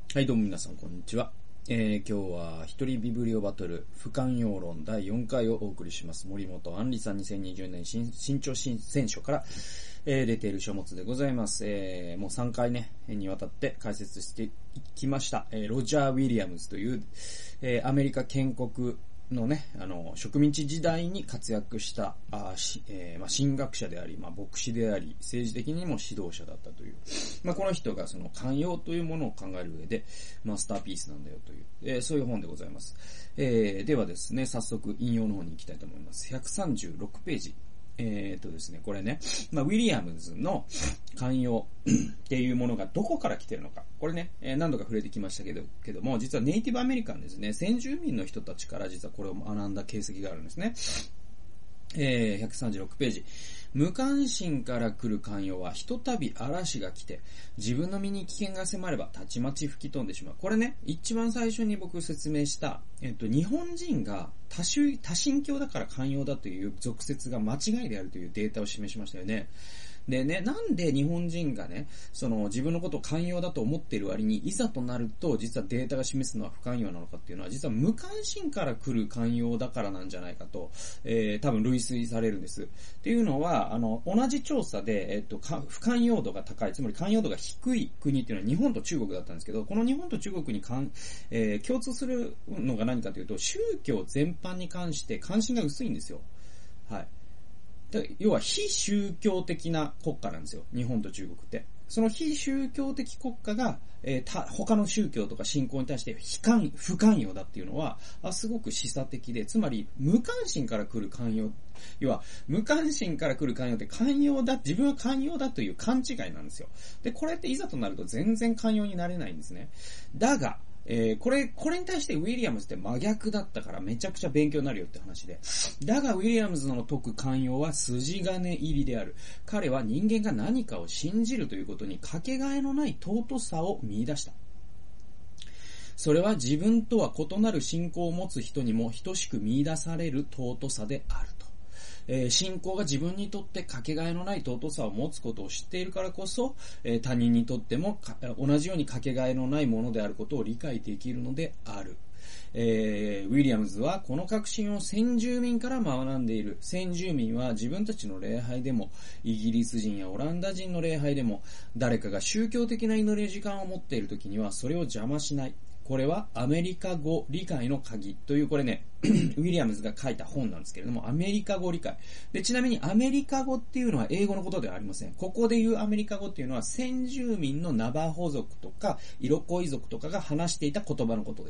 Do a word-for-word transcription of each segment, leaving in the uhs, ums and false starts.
はい、どうも皆さんこんにちは。えー、今日は一人ビブリオバトル不寛容論だいよんかいをお送りします。森本杏里さんにせんにじゅうねん新新潮新選書から、えー、出ている書物でございます。えー、もうさんかいねにわたって解説していきました。えー、ロジャー・ウィリアムズという、えー、アメリカ建国のね、あの、植民地時代に活躍した、あしえー、まあ、神学者であり、まあ、牧師であり、政治的にも指導者だったという。まあ、この人がその寛容というものを考える上で、マスターピースなんだよという、えー、そういう本でございます。えー、ではですね、早速引用の方に行きたいと思います。ひゃくさんじゅうろくページ。えーとですね、これね、まあ、ウィリアムズの寛容っていうものがどこから来てるのか。これね、えー、何度か触れてきましたけど、けども、実はネイティブアメリカンですね、先住民の人たちから実はこれを学んだ形跡があるんですね。えー、ひゃくさんじゅうろくページ。無関心から来る寛容は、ひとたび嵐が来て、自分の身に危険が迫れば、たちまち吹き飛んでしまう。これね、一番最初に僕説明した、えっと、日本人が多種、多神教だから寛容だという俗説が間違いであるというデータを示しましたよね。でね、なんで日本人がね、その自分のことを寛容だと思っている割に、いざとなると実はデータが示すのは不寛容なのかっていうのは、実は無関心から来る寛容だからなんじゃないかと、えー、多分類推されるんです。っていうのは、あの、同じ調査で、えっと、不寛容度が高い、つまり寛容度が低い国っていうのは日本と中国だったんですけど、この日本と中国にかん、えー、共通するのが何かというと、宗教全般に関して関心が薄いんですよ。はい。要は非宗教的な国家なんですよ。日本と中国って。その非宗教的国家が、えー、た他の宗教とか信仰に対して非寛不寛容だっていうのはあすごく示唆的で、つまり無関心から来る寛容、要は無関心から来る寛容って寛容だ、自分は寛容だという勘違いなんですよ。で、これっていざとなると全然寛容になれないんですね。だが、えー、これ、これに対してウィリアムズって真逆だったからめちゃくちゃ勉強になるよって話で。だがウィリアムズの説く寛容は筋金入りである。彼は人間が何かを信じるということにかけがえのない尊さを見出した。それは自分とは異なる信仰を持つ人にも等しく見出される尊さであると。えー、信仰が自分にとってかけがえのない尊さを持つことを知っているからこそ、えー、他人にとっても同じようにかけがえのないものであることを理解できるのである。えー、ウィリアムズはこの確信を先住民から学んでいる。先住民は自分たちの礼拝でも、イギリス人やオランダ人の礼拝でも、誰かが宗教的な祈り時間を持っているときにはそれを邪魔しない。これはアメリカ語理解の鍵というこれね、ウィリアムズが書いた本なんですけれども、アメリカ語理解。で、ちなみにアメリカ語っていうのは英語のことではありません。ここで言うアメリカ語っていうのは先住民のナバホ族とかイロコイ族とかが話していた言葉のことです。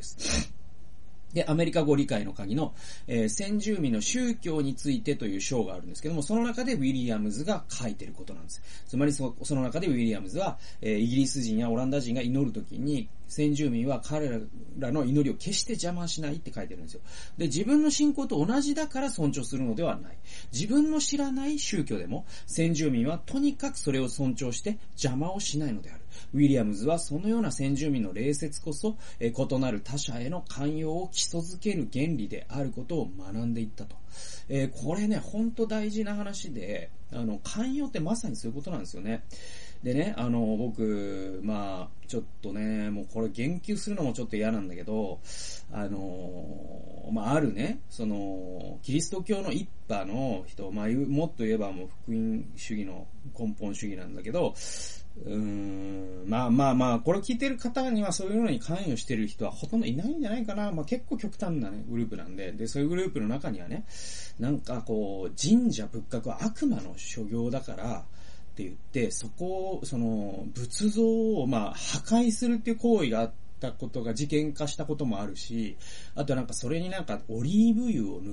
で、アメリカ語理解の鍵の、えー、先住民の宗教についてという章があるんですけども、その中でウィリアムズが書いていることなんです。つまりそ、その中でウィリアムズは、えー、イギリス人やオランダ人が祈るときに、先住民は彼らの祈りを決して邪魔しないって書いてるんですよ。で、自分の信仰と同じだから尊重するのではない。自分の知らない宗教でも、先住民はとにかくそれを尊重して邪魔をしないのである。ウィリアムズはそのような先住民の礼節こそ、えー、異なる他者への寛容を基礎づける原理であることを学んでいったと。えー、これね、ほんと大事な話で、あの、寛容ってまさにそういうことなんですよね。でね、あの、僕、まあ、ちょっとね、もうこれ言及するのもちょっと嫌なんだけど、あの、まあ、あるね、その、キリスト教の一派の人、まあ、もっと言えばもう福音主義の根本主義なんだけど、うーん、まあまあまあ、これを聞いてる方にはそういうのに関与してる人はほとんどいないんじゃないかな。まあ結構極端なね、グループなんで、で、そういうグループの中にはね、なんかこう、神社仏閣は悪魔の所業だから、って言って、そこを、その、仏像を、まあ、破壊するっていう行為があったことが事件化したこともあるし、あとなんかそれになんかオリーブ油を塗って、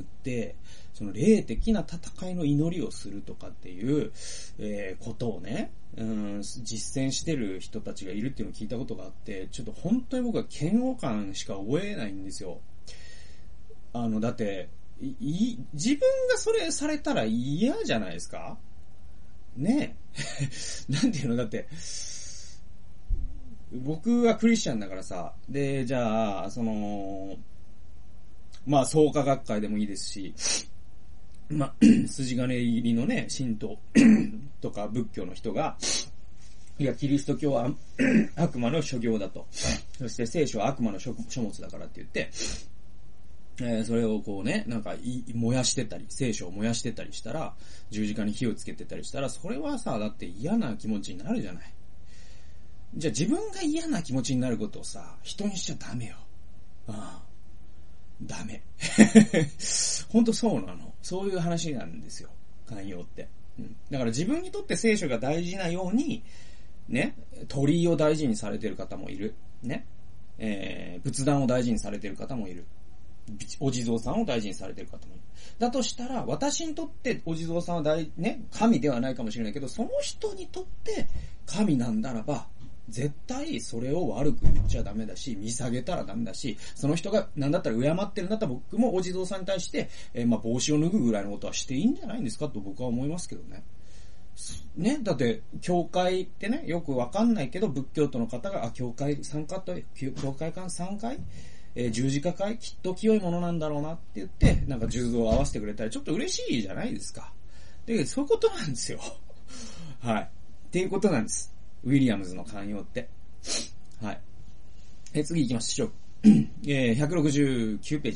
その霊的な戦いの祈りをするとかっていう、えー、ことをね、うん、実践してる人たちがいるっていうのを聞いたことがあって、ちょっと本当に僕は嫌悪感しか覚えないんですよ。あの、だって、い、自分がそれされたら嫌じゃないですか？ねえ。なんていうのだって、僕はクリスチャンだからさ、で、じゃあ、その、まあ、創価学会でもいいですし、まあ、筋金入りのね、神道とか仏教の人が、いや、キリスト教は悪魔の所業だと。 そして聖書は悪魔の書物だからって言って、えー、それをこうね、なんかい、燃やしてたり、聖書を燃やしてたりしたら、十字架に火をつけてたりしたら、それはさ、だって嫌な気持ちになるじゃない。じゃあ自分が嫌な気持ちになることをさ、人にしちゃダメよ。ああ。ダメ。ほんとそうなの。そういう話なんですよ。寛容って。うん、だから自分にとって聖書が大事なように、ね、鳥居を大事にされている方もいる。ね。えー、仏壇を大事にされている方もいる。お地蔵さんを大事にされている方もいる。だとしたら、私にとってお地蔵さんは大、ね、神ではないかもしれないけど、その人にとって神なんだらば、絶対それを悪く言っちゃダメだし、見下げたらダメだし、その人がなんだったら敬ってるんだったら僕もお地蔵さんに対して、えー、まあ帽子を脱ぐぐらいのことはしていいんじゃないんですかと僕は思いますけどね。ね、だって、教会ってね、よくわかんないけど、仏教徒の方が、あ、教会参加と、教会間参会えー、十字架会きっと清いものなんだろうなって言って、なんか十字を合わせてくれたらちょっと嬉しいじゃないですか。で、そういうことなんですよ。はい。っていうことなんです。ウィリアムズの寛容って。はい。え、次行きましょう。えー、ひゃくろくじゅうきゅうページ。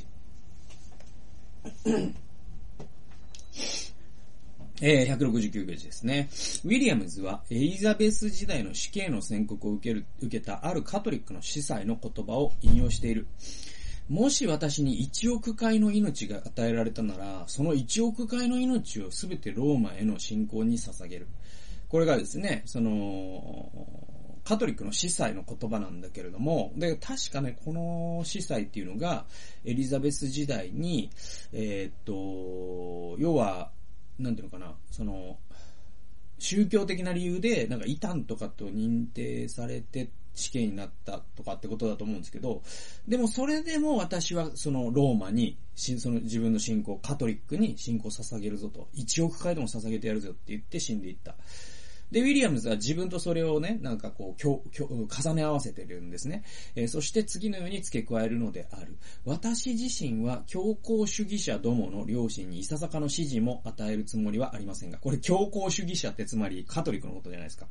えー、ひゃくろくじゅうきゅうページですね。ウィリアムズはエリザベス時代の死刑の宣告を受ける、受けたあるカトリックの司祭の言葉を引用している。もし私にいちおくかいの命が与えられたなら、そのいちおくかいの命をすべてローマへの信仰に捧げる。これがですね、その、カトリックの司祭の言葉なんだけれども、で、確かね、この司祭っていうのが、エリザベス時代に、えー、っと、要は、なんていうのかな、その、宗教的な理由で、なんか異端とかと認定されて死刑になったとかってことだと思うんですけど、でもそれでも私はそのローマに、その自分の信仰、カトリックに信仰を捧げるぞと、いちおくかいでも捧げてやるぞって言って死んでいった。で、ウィリアムズは自分とそれをね、なんかこう、きょきょ重ね合わせてるんですね。えー、そして次のように付け加えるのである。私自身は強硬主義者どもの両親にいささかの指示も与えるつもりはありませんが、これ強硬主義者ってつまりカトリックのことじゃないですか。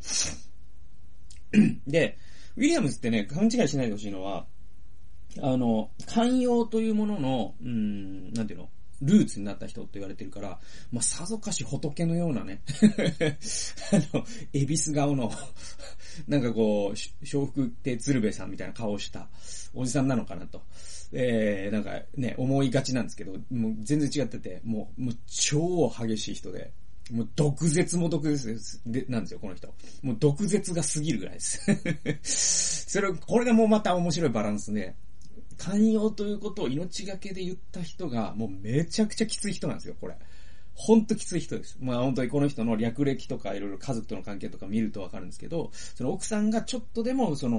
で、ウィリアムズってね、勘違いしないでほしいのは、あの、寛容というものの、うーん、なんていうのルーツになった人って言われてるから、まあ、さぞかし仏のようなね、あの、恵比寿顔の、なんかこう、笑福亭鶴瓶さんみたいな顔をしたおじさんなのかなと、えー、なんかね、思いがちなんですけど、もう全然違ってて、もう、もう超激しい人で、もう毒舌も毒舌で、なんですよ、この人。もう毒舌が過ぎるぐらいです。それ、これがもうまた面白いバランスで、寛容ということを命がけで言った人が、もうめちゃくちゃきつい人なんですよ、これ。ほんときつい人です。まあ本当にこの人の略歴とかいろいろ家族との関係とか見るとわかるんですけど、その奥さんがちょっとでも、その、うん、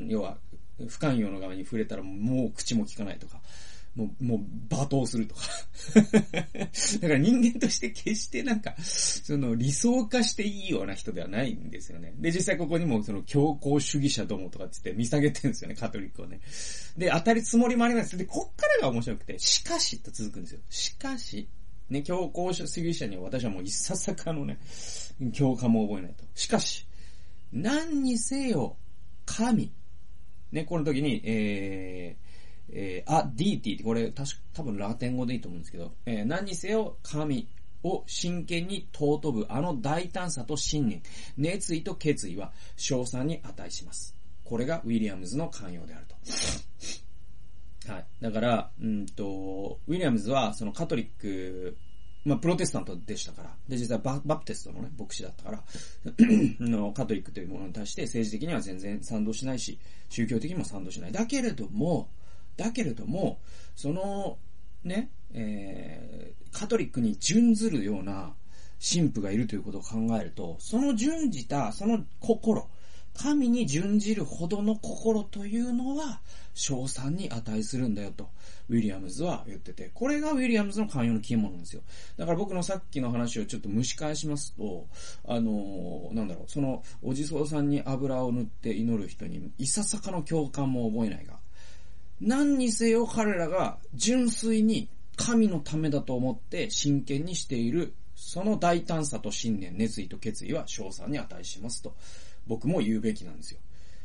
要は、不寛容の側に触れたらもう口も聞かないとか、もう、もう罵倒するとか。だから人間として決してなんか、その理想化していいような人ではないんですよね。で、実際ここにもその強硬主義者どもとかって言って見下げてるんですよね、カトリックをね。で、当たりつもりもあります。で、こっからが面白くて、しかしと続くんですよ。しかし、ね、強硬主義者には私はもういささかのね、共感も覚えないと。しかし、何にせよ、神。ね、この時に、えー、えー、あ、ディーティって、これ、確か、多分ラテン語でいいと思うんですけど、えー、何にせよ、神を真剣に尊ぶ、あの大胆さと信念、熱意と決意は、称賛に値します。これがウィリアムズの寛容であると。はい。だから、うんと、ウィリアムズは、そのカトリック、まあ、プロテスタントでしたから。で、実際バ、バプテストのね、牧師だったから、のカトリックというものに対して政治的には全然賛同しないし、宗教的にも賛同しない。だけれども、だけれども、その、ね、えー、カトリックに準ずるような神父がいるということを考えると、その準じた、その心、神に準じるほどの心というのは、称賛に値するんだよと、ウィリアムズは言ってて、これがウィリアムズの寛容のキーモノなんですよ。だから僕のさっきの話をちょっと蒸し返しますと、あのー、なんだろう、その、お地蔵さんに油を塗って祈る人に、いささかの共感も覚えないが、何にせよ彼らが純粋に神のためだと思って真剣にしている、その大胆さと信念、熱意と決意は称賛に値しますと、僕も言うべきなんですよ。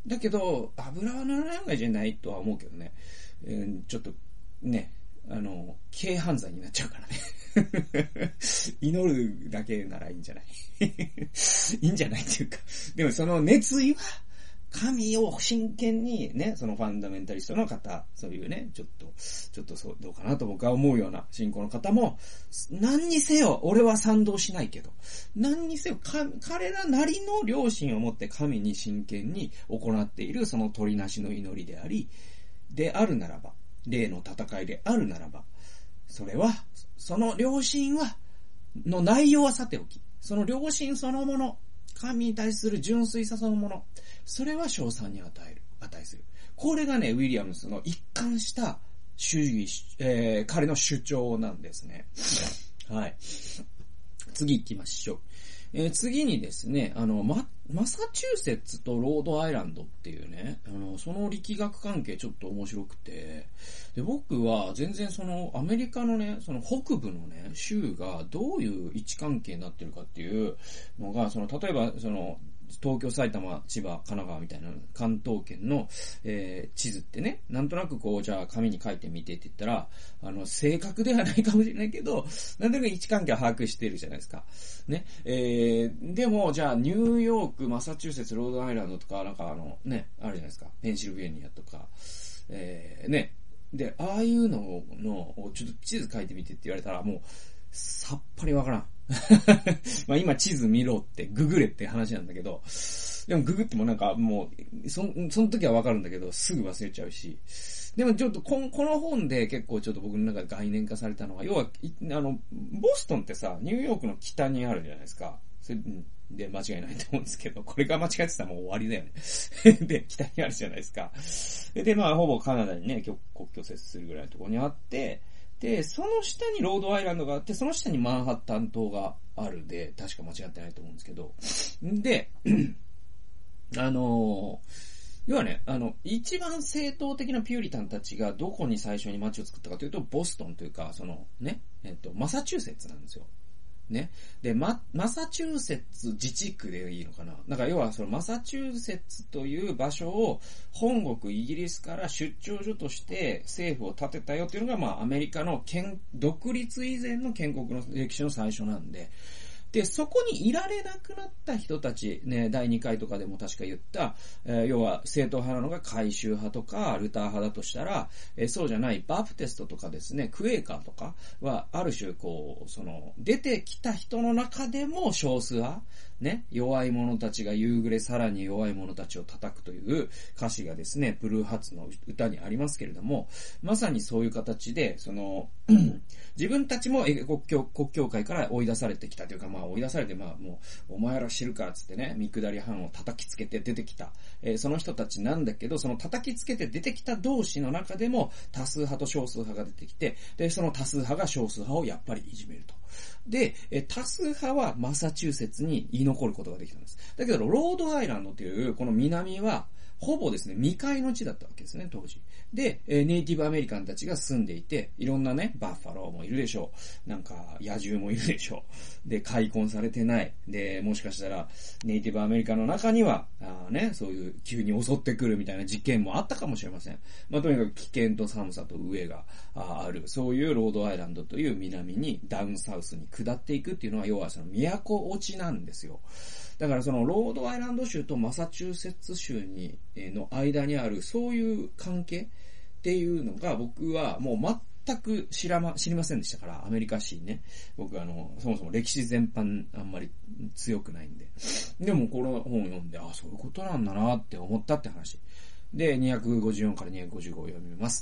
だけど、油は塗らない方がいいじゃないとは思うけどね。えー、ちょっと、ね、あの、軽犯罪になっちゃうからね。祈るだけならいいんじゃないいいんじゃないっていうか。でもその熱意は、神を真剣にね、そのファンダメンタリストの方、そういうね、ちょっと、ちょっとそう、どうかなと僕は思うような信仰の方も、何にせよ、俺は賛同しないけど、何にせよ、か、彼らなりの良心を持って神に真剣に行っているその取りなしの祈りであり、であるならば、霊の戦いであるならば、それは、その良心は、の内容はさておき、その良心そのもの、神に対する純粋さそのもの、それは称賛に与える、値する。これがね、ウィリアムスの一貫した主義、えー、彼の主張なんですね。はい。次行きましょう。えー、次にですね、あの、ま、マサチューセッツとロードアイランドっていうね、あの、その力学関係ちょっと面白くて、で、僕は全然そのアメリカのね、その北部のね、州がどういう位置関係になってるかっていうのが、その、例えばその、東京、埼玉、千葉、神奈川みたいな関東圏の、えー、地図ってね、なんとなくこう、じゃあ紙に書いてみてって言ったら、あの、正確ではないかもしれないけど、なんとなく位置関係は把握してるじゃないですか。ね。えー、でも、じゃあ、ニューヨーク、マサチューセッツ、ロードアイランドとか、なんかあの、ね、あるじゃないですか。ペンシルベニアとか、えー、ね。で、ああいうのの、ちょっと地図書いてみてって言われたら、もう、さっぱりわからん。まあ今地図見ろってググれって話なんだけど、でもググってもなんかもう、そ、その時はわかるんだけど、すぐ忘れちゃうし。でもちょっとこ、この本で結構ちょっと僕の中で概念化されたのが、要は、あの、ボストンってさ、ニューヨークの北にあるじゃないですか。それで間違いないと思うんですけど、これが間違ってたらもう終わりだよね。で、北にあるじゃないですか。で、まあほぼカナダにね、国境接するぐらいのところにあって、で、その下にロードアイランドがあって、その下にマンハッタン島があるで、確か間違ってないと思うんですけど。で、あのー、要はね、あの、一番正統的なピューリタンたちがどこに最初に街を作ったかというと、ボストンというか、そのね、えっと、マサチューセッツなんですよ。ね。で、マ、マサチューセッツ自治区でいいのかな。だから要はそのマサチューセッツという場所を本国イギリスから出張所として政府を建てたよっていうのがまあアメリカの建独立以前の建国の歴史の最初なんで、で、そこにいられなくなった人たち、ね、だいにかいとかでも確か言った、えー、要は正統派なのが改宗派とか、ルター派だとしたら、えー、そうじゃないバプテストとかですね、クエーカーとかは、ある種こう、その、出てきた人の中でも少数派、ね、弱い者たちが夕暮れさらに弱い者たちを叩くという歌詞がですね、ブルーハーツの歌にありますけれども、まさにそういう形で、その、自分たちも国教、国教会から追い出されてきたというか、まあ追い出されて、まあもう、お前ら知るかっつってね、三下り班を叩きつけて出てきた、えー、その人たちなんだけど、その叩きつけて出てきた同士の中でも多数派と少数派が出てきて、で、その多数派が少数派をやっぱりいじめると。で、え多数派はマサチューセッツに居残ることができたんです。だけど、ロードアイランドという、この南は、ほぼですね、未開の地だったわけですね、当時。で、えネイティブアメリカンたちが住んでいて、いろんなね、バッファローもいるでしょう。なんか、野獣もいるでしょう。で、開墾されてない。で、もしかしたら、ネイティブアメリカの中には、あね、そういう急に襲ってくるみたいな事件もあったかもしれません。まあ、とにかく危険と寒さと飢えがある、そういうロードアイランドという南にダウンサウスに下っていくっていうのは、要はその都落ちなんですよ。だからそのロードアイランド州とマサチューセッツ州にの間にあるそういう関係っていうのが僕はもう全く知らま、知りませんでしたから、アメリカ史ね。僕あの、そもそも歴史全般あんまり強くないんで。でもこの本を読んで、あ、そういうことなんだなって思ったって話。で、にひゃくごじゅうよんからにひゃくごじゅうごを読みます。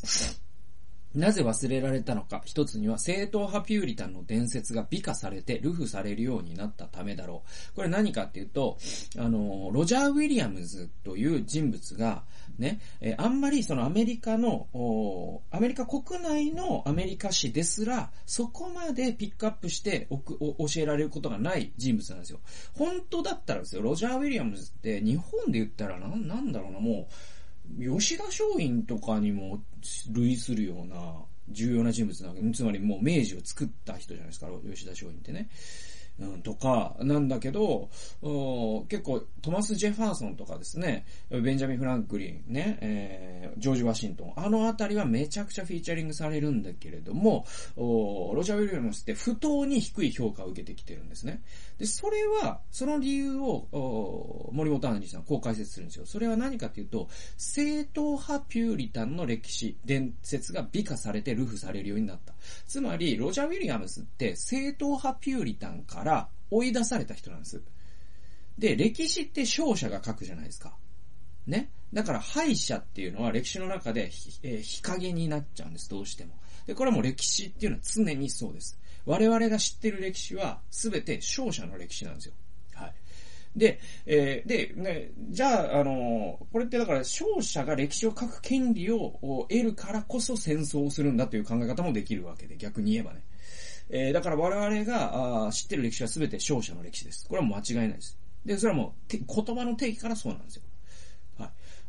なぜ忘れられたのか。一つには正統派ピューリタンの伝説が美化されて流布されるようになったためだろう。これ何かっていうと、あの、ロジャー・ウィリアムズという人物が、ね、えー、あんまりそのアメリカの、アメリカ国内のアメリカ史ですら、そこまでピックアップしておくお教えられることがない人物なんですよ。本当だったらですよ、ロジャー・ウィリアムズって日本で言ったらな、なんだろうな、もう、吉田松陰とかにも類するような重要な人物なわけ。つまりもう明治を作った人じゃないですか、吉田松陰ってね。 うん、とか、なんだけど、結構トマス・ジェファーソンとかですね、ベンジャミン・フランクリン、ね、えー、ジョージ・ワシントン、あのあたりはめちゃくちゃフィーチャリングされるんだけれども、ロジャー・ウィリアムスって不当に低い評価を受けてきてるんですね。で、それは、その理由を、森本杏里さんこう解説するんですよ。それは何かというと、正統派ピューリタンの歴史、伝説が美化されて流布されるようになった。つまり、ロジャー・ウィリアムスって正統派ピューリタンから追い出された人なんです。で、歴史って勝者が書くじゃないですか。ね。だから敗者っていうのは歴史の中で、えー、日陰になっちゃうんです、どうしても。で、これはもう歴史っていうのは常にそうです。我々が知ってる歴史は全て勝者の歴史なんですよ。はい。で、えー、で、ね、じゃあ、あのー、これってだから勝者が歴史を書く権利を得るからこそ戦争をするんだという考え方もできるわけで、逆に言えばね。えー、だから我々があ知ってる歴史は全て勝者の歴史です。これはもう間違いないです。で、それはもう言葉の定義からそうなんですよ。はい。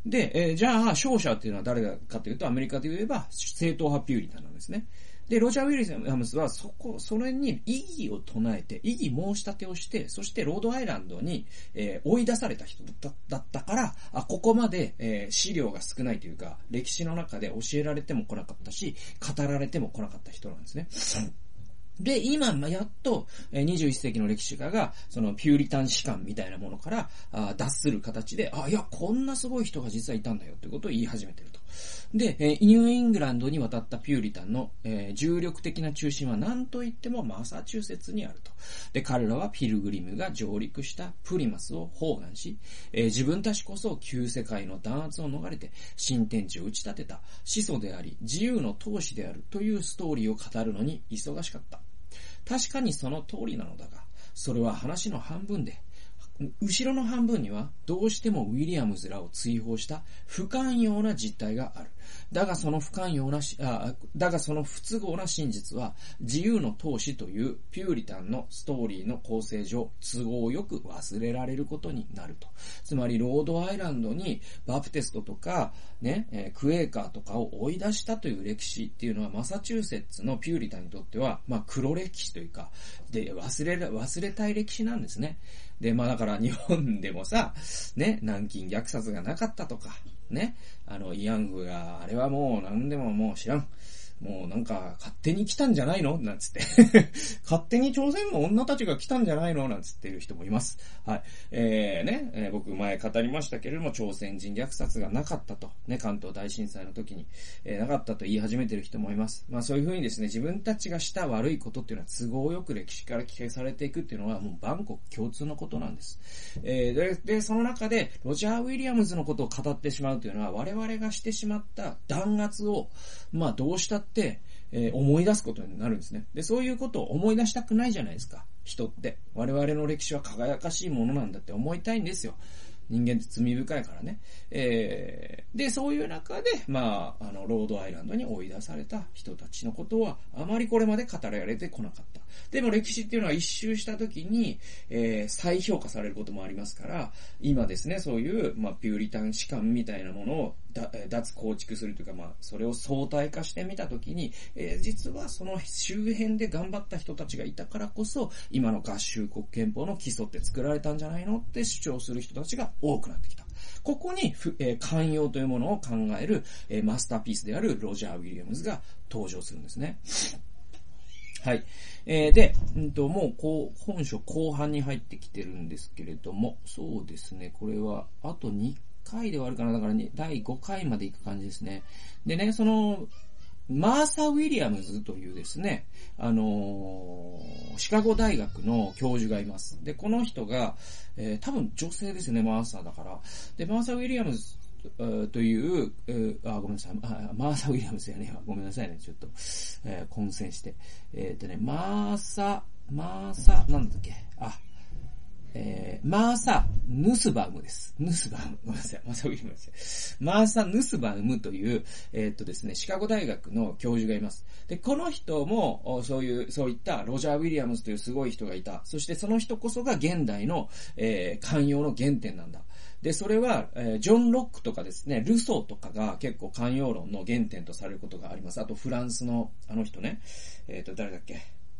で、えー、じゃあ勝者っていうのは誰かというとアメリカで言えば正統派ピューリタンなんですね。で、ロジャー・ウィリアムスはそこ、それに異議を唱えて、異議申し立てをして、そしてロードアイランドに、えー、追い出された人だ, だったから、あ、ここまで、えー、資料が少ないというか、歴史の中で教えられても来なかったし、語られても来なかった人なんですね。で、今、やっと、にじゅういっ世紀の歴史家が、その、ピューリタン史観みたいなものから、あ脱する形で、あ、いや、こんなすごい人が実はいたんだよ、ということを言い始めてると。で、えニューイングランドに渡ったピューリタンの、えー、重力的な中心は何と言ってもマサチューセッツにあると。で、彼らはピルグリムが上陸したプリマスを砲弾し、えー、自分たちこそ旧世界の弾圧を逃れて、新天地を打ち立てた始祖であり、自由の闘士であるというストーリーを語るのに忙しかった。確かにその通りなのだが、それは話の半分で、後ろの半分にはどうしてもウィリアムズらを追放した不寛容な実態がある。だがその不寛容なし、あ、だがその不都合な真実は自由の闘士というピューリタンのストーリーの構成上都合よく忘れられることになると。つまりロードアイランドにバプテストとかね、えー、クエーカーとかを追い出したという歴史っていうのはマサチューセッツのピューリタンにとってはまあ黒歴史というかで忘れ忘れたい歴史なんですね。で、まあだから日本でもさ、ね、南京虐殺がなかったとか、ね、あの、慰安婦が、あれはもう何でももう知らん。もうなんか勝手に来たんじゃないのなんつって勝手に朝鮮の女たちが来たんじゃないのなんつっていう人もいます。はい。えー、ね、えー、僕前語りましたけれども、朝鮮人虐殺がなかったと。ね、関東大震災の時に、えー、なかったと言い始めてる人もいます。まあそういうふうにですね、自分たちがした悪いことっていうのは都合よく歴史から消されていくっていうのはもう万国共通のことなんです。えー、で、で、その中でロジャー・ウィリアムズのことを語ってしまうというのは我々がしてしまった弾圧を、まあどうしたって、えー、思い出すことになるんですね。で、そういうことを思い出したくないじゃないですか。人って。我々の歴史は輝かしいものなんだって思いたいんですよ。人間って罪深いからね。えー、で、そういう中で、まあ、あの、ロードアイランドに追い出された人たちのことは、あまりこれまで語られてこなかった。でも歴史っていうのは一周した時に、えー、再評価されることもありますから、今ですね、そういう、まあ、ピューリタン史観みたいなものを脱構築するというか、まあ、それを相対化してみた時に、えー、実はその周辺で頑張った人たちがいたからこそ、今の合衆国憲法の基礎って作られたんじゃないのって主張する人たちが多くなってきた。ここに、えー、寛容というものを考える、えー、マスターピースであるロジャー・ウィリアムズが登場するんですね。はい。えー、で、うんと、もう、こう、本書後半に入ってきてるんですけれども、そうですね、これは、あとにかいで終わるかな。だからね、だいごかいまで行く感じですね。でね、その、マーサ・ウィリアムズというですね、あのー、シカゴ大学の教授がいます。で、この人が、えー、多分女性ですよね、マーサだから。で、マーサ・ウィリアムズという、あ、ごめんなさい、マーサ・ウィリアムズやね、ごめんなさいね、ちょっと、えー、混戦して。えっとね、マーサ、マーサ、なんだっけ、あ、えー、マーサ・ヌスバウムです。ヌスバウム。ごめんなさい。マーサ・ウィリアムズです。マーサ・ヌスバウムという、えー、っとですね、シカゴ大学の教授がいます。で、この人も、そういう、そういったロジャー・ウィリアムズというすごい人がいた。そしてその人こそが現代の、えー、寛容の原点なんだ。で、それは、えー、ジョン・ロックとかですね、ルソーとかが結構寛容論の原点とされることがあります。あと、フランスの、あの人ね、えー、っと、誰だっけ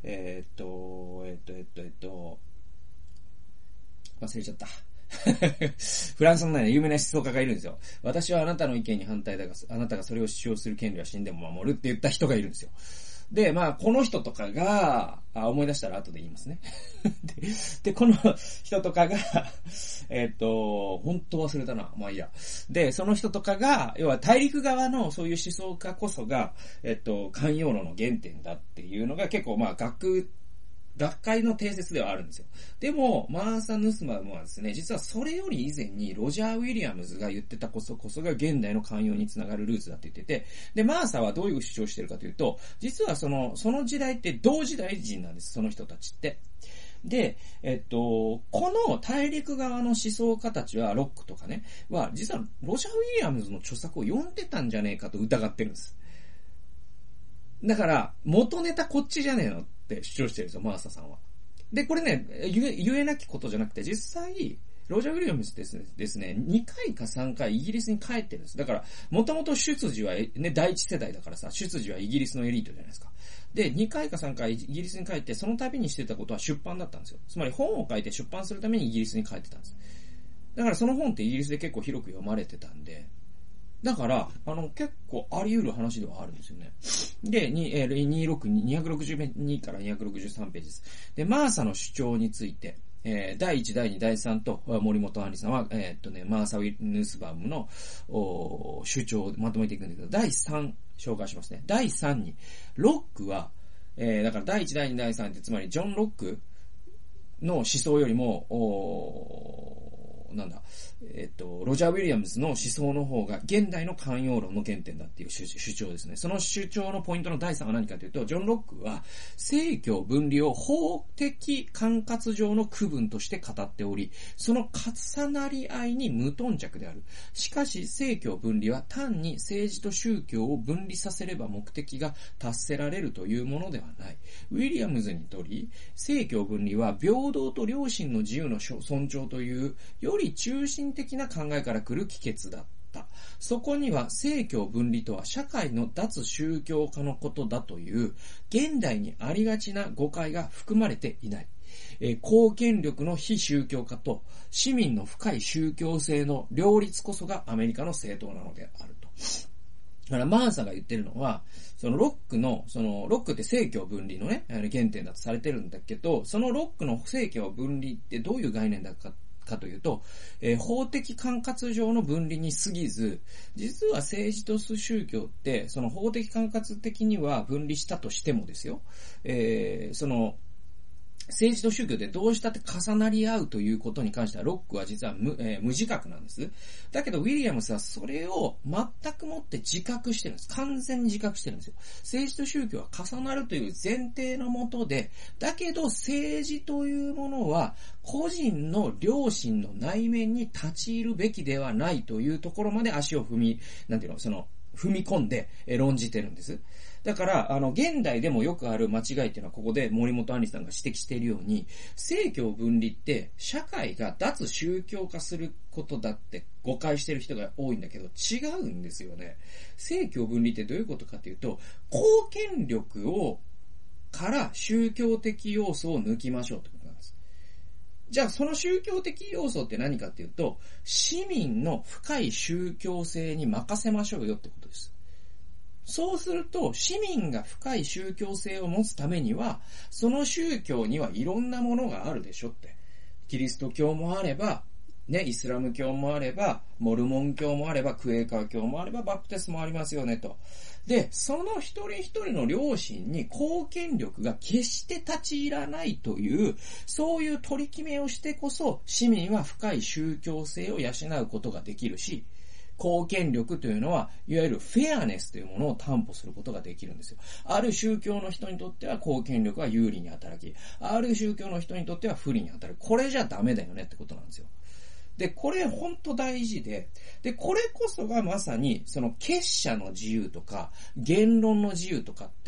えー、っと、えー、っと、えー、っと、えー、っと、忘れちゃった。フランスのね、有名な思想家がいるんですよ。私はあなたの意見に反対だが、あなたがそれを主張する権利は死んでも守るって言った人がいるんですよ。で、まあ、この人とかが、あ、思い出したら後で言いますね。で, で、この人とかが、えっと、本当忘れたな。まあいいや。で、その人とかが、要は大陸側のそういう思想家こそが、えっと、寛容論の原点だっていうのが結構まあ学、学会の定説ではあるんですよ。でも、マーサ・ヌスバムはですね、実はそれより以前にロジャー・ウィリアムズが言ってたこそこそが現代の寛容につながるルーツだって言ってて、で、マーサはどういう主張してるかというと、実はその、その時代って同時代人なんです、その人たちって。で、えっと、この大陸側の思想家たちは、ロックとかね、は、実はロジャー・ウィリアムズの著作を読んでたんじゃねえかと疑ってるんです。だから、元ネタこっちじゃねえのって主張してるんですよ、マーサさんは。で、これね、言え、言えなきことじゃなくて、実際、ロジャー・ウィリアムズですね、ですね、にかいかさんかいイギリスに帰ってるんです。だから、もともと出自は、ね、第一世代だからさ、出自はイギリスのエリートじゃないですか。で、にかいかさんかいイギリスに帰って、その度にしてたことは出版だったんですよ。つまり本を書いて出版するためにイギリスに帰ってたんです。だからその本ってイギリスで結構広く読まれてたんで、だから、あの、結構あり得る話ではあるんですよね。で、に、えー、にひゃくろくじゅうに、にひゃくろくじゅうにからにひゃくろくじゅうさんページです。で、マーサの主張について、えー、だいいち、だいに、だいさんと、森本杏里さんは、えー、っとね、マーサ・ウィヌスバムの主張をまとめていくんだけど、だいさん紹介しますね。だいさんに、ロックは、えー、だからだいいち、だいに、だいさんって、つまりジョン・ロックの思想よりも、おなんだ、えっと、ロジャー・ウィリアムズの思想の方が現代の寛容論の原点だっていう主張ですね。その主張のポイントのだいさんは何かというと、ジョン・ロックは政教分離を法的管轄上の区分として語っており、その重なり合いに無頓着である。しかし政教分離は単に政治と宗教を分離させれば目的が達せられるというものではない。ウィリアムズにとり、政教分離は平等と良心の自由の尊重というより中心的な考えから来る帰結だった。そこには政教分離とは社会の脱宗教化のことだという現代にありがちな誤解が含まれていない。えー、公権力の非宗教化と市民の深い宗教性の両立こそがアメリカの正当なのであると。だからマーサが言ってるのは、そのロックの、そのロックって政教分離のね、原点だとされてるんだけど、そのロックの政教分離ってどういう概念だかかというと、えー、法的管轄上の分離に過ぎず、実は政治と宗教って、その法的管轄的には分離したとしてもですよ、えー、その、政治と宗教でどうしたって重なり合うということに関してはロックは実は 無,、えー、無自覚なんです。だけどウィリアムスはそれを全くもって自覚してるんです。完全に自覚してるんですよ。政治と宗教は重なるという前提のもとで、だけど政治というものは個人の良心の内面に立ち入るべきではないというところまで足を踏み、なんていうの、その、踏み込んで論じてるんです。だから、あの、現代でもよくある間違いっていうのは、ここで森本杏里さんが指摘しているように、政教分離って社会が脱宗教化することだって誤解してる人が多いんだけど、違うんですよね。政教分離ってどういうことかというと、公権力を、から宗教的要素を抜きましょうってことなんです。じゃあその宗教的要素って何かっていうと、市民の深い宗教性に任せましょうよってことです。そうすると、市民が深い宗教性を持つためには、その宗教にはいろんなものがあるでしょって。キリスト教もあれば、ね、イスラム教もあれば、モルモン教もあれば、クエーカー教もあれば、バプテスもありますよねと。で、その一人一人の良心に公権力が決して立ち入らないという、そういう取り決めをしてこそ、市民は深い宗教性を養うことができるし、公権力というのは、いわゆるフェアネスというものを担保することができるんですよ。ある宗教の人にとっては公権力は有利に働き、ある宗教の人にとっては不利に働く。これじゃダメだよねってことなんですよ。で、これ本当大事で、で、これこそがまさに、その結社の自由とか、言論の自由とかって、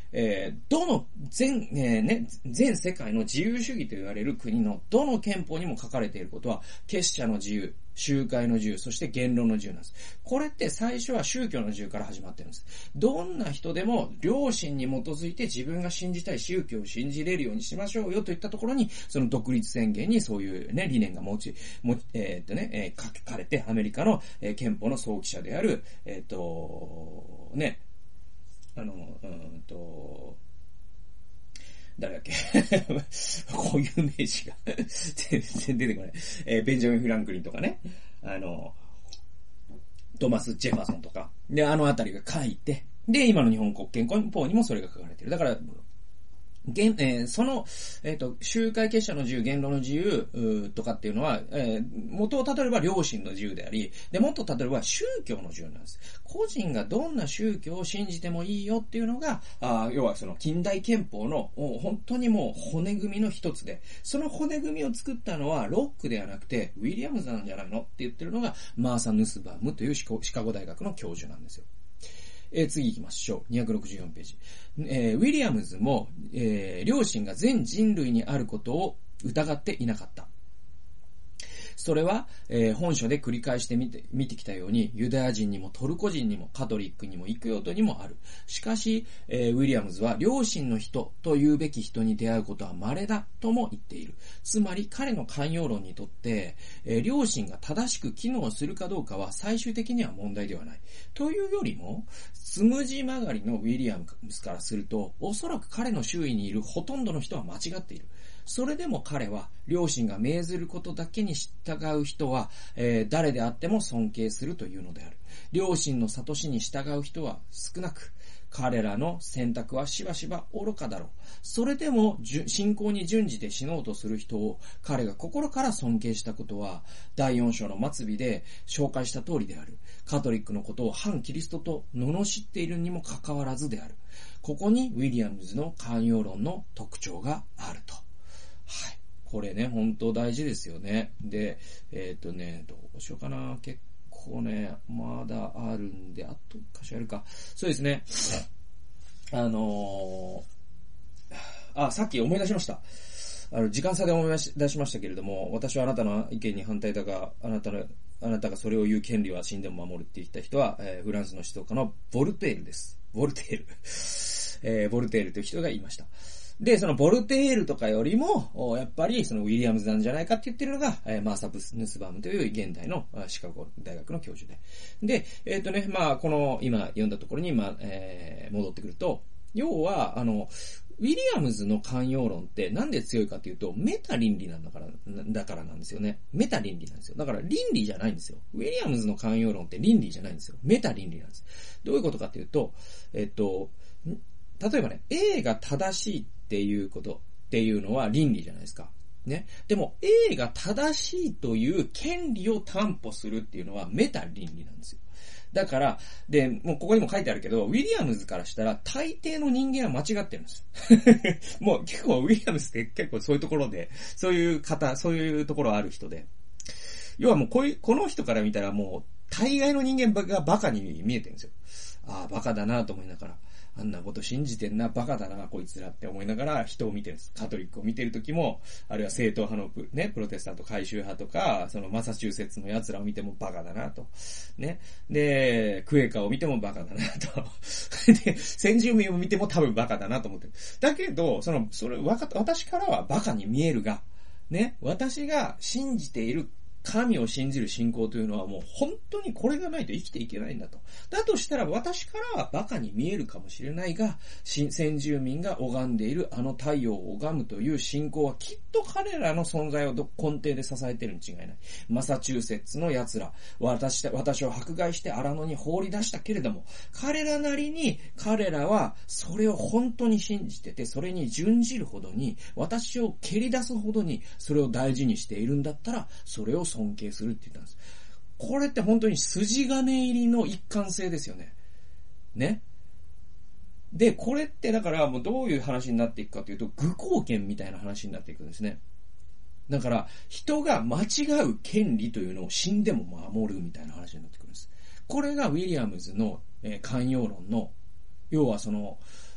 えー、どの全、えー、ね、全世界の自由主義と言われる国のどの憲法にも書かれていることは、結社の自由、集会の自由、そして言論の自由なんです。これって最初は宗教の自由から始まってるんです。どんな人でも良心に基づいて自分が信じたい宗教を信じれるようにしましょうよといったところに、その独立宣言にそういうね、理念が持ち、もえー、っとね、えー、書かれて、アメリカの、えー、憲法の創期者である、えー、っと、ね、あの、うんと、誰だっけこういう名詞が全然出てこない。えー、ベンジャミン・フランクリンとかね。あの、トマス・ジェファーソンとか。で、あのあたりが書いて、で、今の日本国憲法にもそれが書かれている。だから、現えー、その、えっ、ー、と、集会結社の自由、言論の自由とかっていうのは、えー、元をたどれば良心の自由であり、で、もっとたどれば宗教の自由なんです。個人がどんな宗教を信じてもいいよっていうのが、あ要はその近代憲法の本当にもう骨組みの一つで、その骨組みを作ったのはロックではなくて、ウィリアムズなんじゃないのって言ってるのが、マーサ・ヌスバームというシカゴ大学の教授なんですよ。えー、次行きましょう。にひゃくろくじゅうよんページ。えー、ウィリアムズも、えー、良心が全人類にあることを疑っていなかった。それは、えー、本書で繰り返して見て、見てきたように、ユダヤ人にもトルコ人にもカトリックにも幾用途にもある。しかし、えー、ウィリアムズは良心の人と言うべき人に出会うことは稀だとも言っている。つまり彼の寛容論にとって、えー、良心が正しく機能するかどうかは最終的には問題ではない。というよりも、つむじ曲がりのウィリアムズからすると、おそらく彼の周囲にいるほとんどの人は間違っている。それでも彼は、良心が命ずることだけに従う人は、えー、誰であっても尊敬するというのである。良心の諭しに従う人は少なく、彼らの選択はしばしば愚かだろう。それでも、信仰に準じて死のうとする人を、彼が心から尊敬したことは、だいよん章の末尾で紹介した通りである。カトリックのことを反キリストと罵っているにもかかわらずである。ここにウィリアムズの寛容論の特徴があると。はい。これね、本当大事ですよね。で、えっとね、どうしようかな。結構ね、まだあるんで、あと一箇所やるか。そうですね。あのー、あ、さっき思い出しました。あの、時間差で思い出しましたけれども、私はあなたの意見に反対だが、あなたの、あなたがそれを言う権利は死んでも守るって言った人は、えー、フランスの思想家のボルテールです。ボルテール。えー、ボルテールという人が言いました。で、そのボルテールとかよりも、やっぱりそのウィリアムズなんじゃないかって言ってるのが、えー、マーサ・ヌスバームという現代のシカゴ大学の教授で。で、えっとね、まあ、この今読んだところに、まあ、えー、戻ってくると、要は、あの、ウィリアムズの寛容論ってなんで強いかっていうと、メタ倫理なんだから、だからなんですよね。メタ倫理なんですよ。だから倫理じゃないんですよ。ウィリアムズの寛容論って倫理じゃないんですよ。メタ倫理なんです。どういうことかっていうと、えっと、例えばね、A が正しいっていうことっていうのは倫理じゃないですか。ね。でも A が正しいという権利を担保するっていうのはメタ倫理なんですよ。だから、で、もうここにも書いてあるけど、ウィリアムズからしたら大抵の人間は間違ってるんです。もう結構ウィリアムズって結構そういうところで、そういう方、そういうところある人で。要はもうこういう、この人から見たらもう大概の人間がバカに見えてるんですよ。ああ、バカだなと思いながら。あんなこと信じてんな、バカだな、こいつらって思いながら人を見てるんです。カトリックを見てるときも、あるいは正統派のね、プロテスタント改宗派とか、そのマサチューセッツの奴らを見てもバカだなと。ね。で、クエーカーを見てもバカだなと。で、先住民を見ても多分バカだなと思ってる。だけど、その、それ、わか、私からはバカに見えるが、ね、私が信じている神を信じる信仰というのはもう本当にこれがないと生きていけないんだと。だとしたら私からはバカに見えるかもしれないが、先住民が拝んでいるあの太陽を拝むという信仰はきっと彼らの存在を根底で支えているに違いない。マサチューセッツの奴ら、私、私を迫害して荒野に放り出したけれども、彼らなりに彼らはそれを本当に信じてて、それに準じるほどに、私を蹴り出すほどにそれを大事にしているんだったら、それを尊敬するって言ったんです。これって本当に筋金入りの一貫性ですよね。ね。で、これってだからもうどういう話になっていくかというと、愚行権みたいな話になっていくんですね。だから、人が間違う権利というのを死んでも守るみたいな話になってくるんです。これがウィリアムズの、えー、寛容論の、要はその、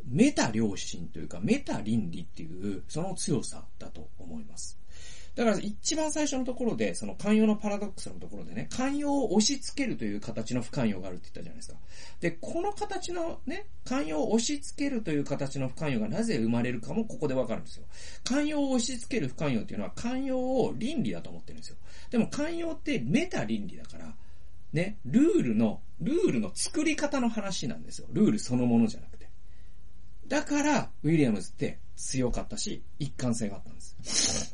メタ良心というか、メタ倫理っていう、その強さだと思います。だから一番最初のところで、その寛容のパラドックスのところでね、寛容を押し付けるという形の不寛容があるって言ったじゃないですか。で、この形のね、寛容を押し付けるという形の不寛容がなぜ生まれるかもここでわかるんですよ。寛容を押し付ける不寛容っていうのは寛容を倫理だと思ってるんですよ。でも寛容ってメタ倫理だから、ね、ルールの、ルールの作り方の話なんですよ。ルールそのものじゃなくて。だから、ウィリアムズって強かったし、一貫性があったんです。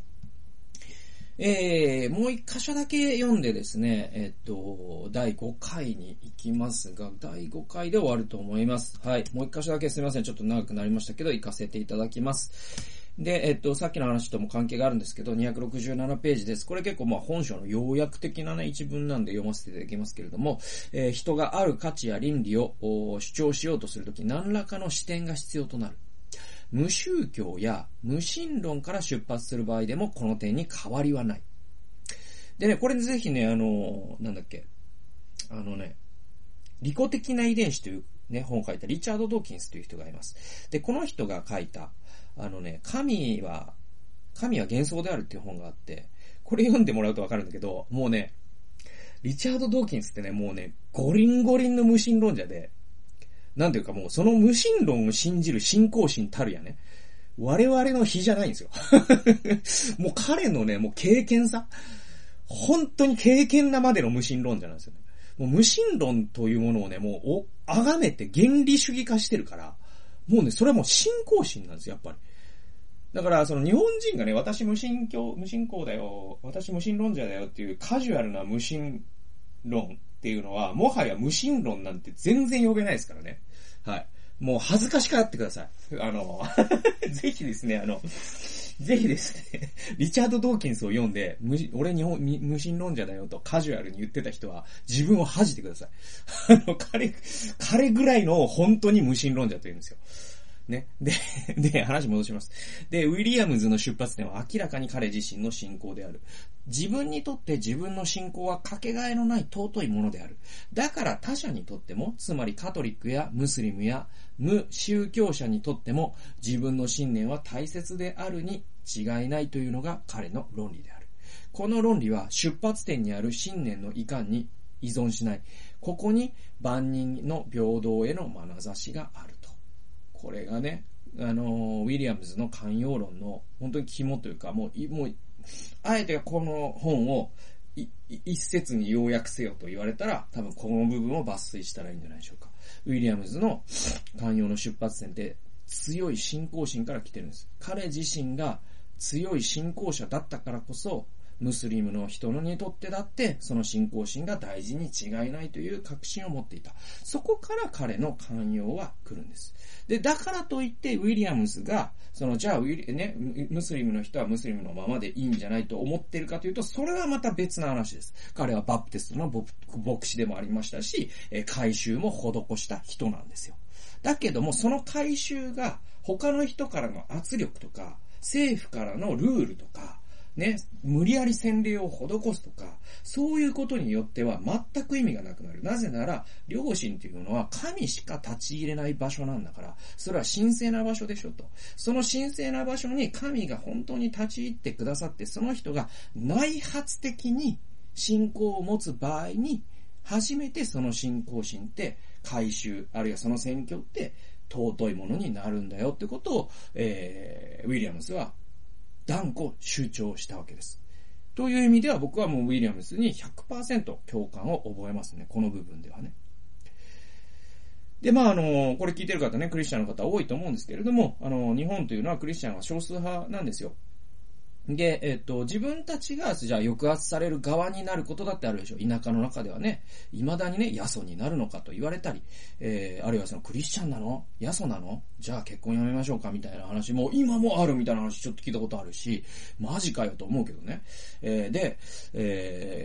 えー、もう一箇所だけ読んでですね、えっと、だいごかいに行きますが、だいごかいで終わると思います。はい。もう一箇所だけすみません。ちょっと長くなりましたけど、行かせていただきます。で、えっと、さっきの話とも関係があるんですけど、にひゃくろくじゅうななページです。これ結構まあ本書の要約的なね、一文なんで読ませていただきますけれども、えー、人がある価値や倫理を主張しようとするとき、何らかの視点が必要となる。無宗教や無神論から出発する場合でもこの点に変わりはない。でね、これぜひね、あの、なんだっけ、あのね、利己的な遺伝子というね、本を書いたリチャード・ドーキンスという人がいます。で、この人が書いた、あのね、神は、神は幻想であるっていう本があって、これ読んでもらうとわかるんだけど、もうね、リチャード・ドーキンスってね、もうね、ゴリンゴリンの無神論者で、なんていうかもうその無神論を信じる信仰心たるやね、我々の比じゃないんですよ。もう彼のね、もう経験さ、本当に経験なまでの無神論者なんですよね。もう無神論というものをね、もうお、あがめて原理主義化してるから、もうね、それはもう信仰心なんですよ、やっぱり。だから、その日本人がね、私無神教、無信仰だよ、私無神論者だよっていうカジュアルな無神論っていうのは、もはや無神論なんて全然呼べないですからね。はい。もう恥ずかしがってください。あの、ぜひですね、あの、ぜひですね、リチャード・ドーキンスを読んで、無俺日本無神論者だよとカジュアルに言ってた人は自分を恥じてください。あの、彼、彼ぐらいの本当に無神論者と言うんですよ。ね。で、で、話戻します。で、ウィリアムズの出発点は明らかに彼自身の信仰である。自分にとって自分の信仰はかけがえのない尊いものである。だから他者にとっても、つまりカトリックやムスリムや無宗教者にとっても、自分の信念は大切であるに違いないというのが彼の論理である。この論理は出発点にある信念の遺憾に依存しない。ここに万人の平等への眼差しがあると。これがね、あの、ウィリアムズの寛容論の本当に肝というか、もう、もう、あえてこの本を一節に要約せよと言われたら、多分この部分を抜粋したらいいんじゃないでしょうか。ウィリアムズの寛容の出発点って強い信仰心から来てるんです。彼自身が強い信仰者だったからこそ、ムスリムの人にとってだってその信仰心が大事に違いないという確信を持っていた。そこから彼の寛容は来るんです。で、だからといってウィリアムズがそのじゃあウィリ、ね、ムスリムの人はムスリムのままでいいんじゃないと思っているかというと、それはまた別な話です。彼はバプテストの牧師でもありましたし、改宗も施した人なんですよ。だけどもその改宗が他の人からの圧力とか政府からのルールとかね、無理やり洗礼を施すとか、そういうことによっては全く意味がなくなる。なぜなら、良心というのは神しか立ち入れない場所なんだから、それは神聖な場所でしょと。その神聖な場所に神が本当に立ち入ってくださって、その人が内発的に信仰を持つ場合に、初めてその信仰心って改宗、あるいはその宣教って尊いものになるんだよってことを、えー、ウィリアムスは断固主張したわけです。という意味では僕はもうウィリアムスに ひゃくパーセント 共感を覚えますね。この部分ではね。で、まあ、あの、これ聞いてる方ね、クリスチャンの方多いと思うんですけれども、あの、日本というのはクリスチャンは少数派なんですよ。で、えっと、自分たちが、じゃあ抑圧される側になることだってあるでしょう。田舎の中ではね、未だにね、ヤソになるのかと言われたり、えー、あるいはそのクリスチャンなの？ヤソなの？じゃあ結婚やめましょうかみたいな話も、今もあるみたいな話ちょっと聞いたことあるし、マジかよと思うけどね。えー、で、え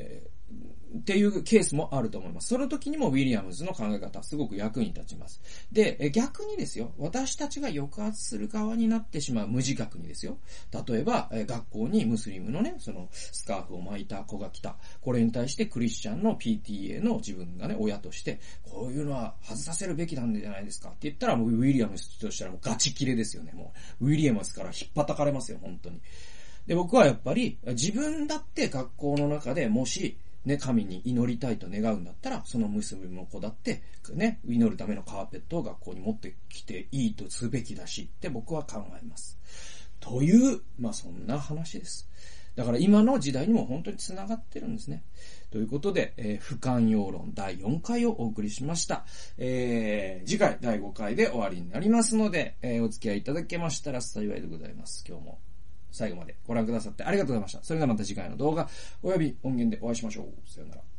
っていうケースもあると思います。その時にもウィリアムズの考え方はすごく役に立ちます。で、逆にですよ、私たちが抑圧する側になってしまう無自覚にですよ。例えば、学校にムスリムのね、そのスカーフを巻いた子が来た。これに対してクリスチャンの ピーティーエー の自分がね、親として、こういうのは外させるべきなんじゃないですかって言ったら、もうウィリアムズとしたらもうガチ切れですよね。もう、ウィリアムズから引っ叩かれますよ、本当に。で、僕はやっぱり、自分だって学校の中でもし、ね、神に祈りたいと願うんだったら、その娘の子だって、ね、祈るためのカーペットを学校に持ってきていいとすべきだしって僕は考えます。という、まあそんな話です。だから今の時代にも本当に繋がってるんですね。ということで、えー、不寛容論だいよんかいをお送りしました。えー、次回だいごかいで終わりになりますので、えー、お付き合いいただけましたら幸いでございます。今日も最後までご覧くださってありがとうございました。それではまた次回の動画および音源でお会いしましょう。さようなら。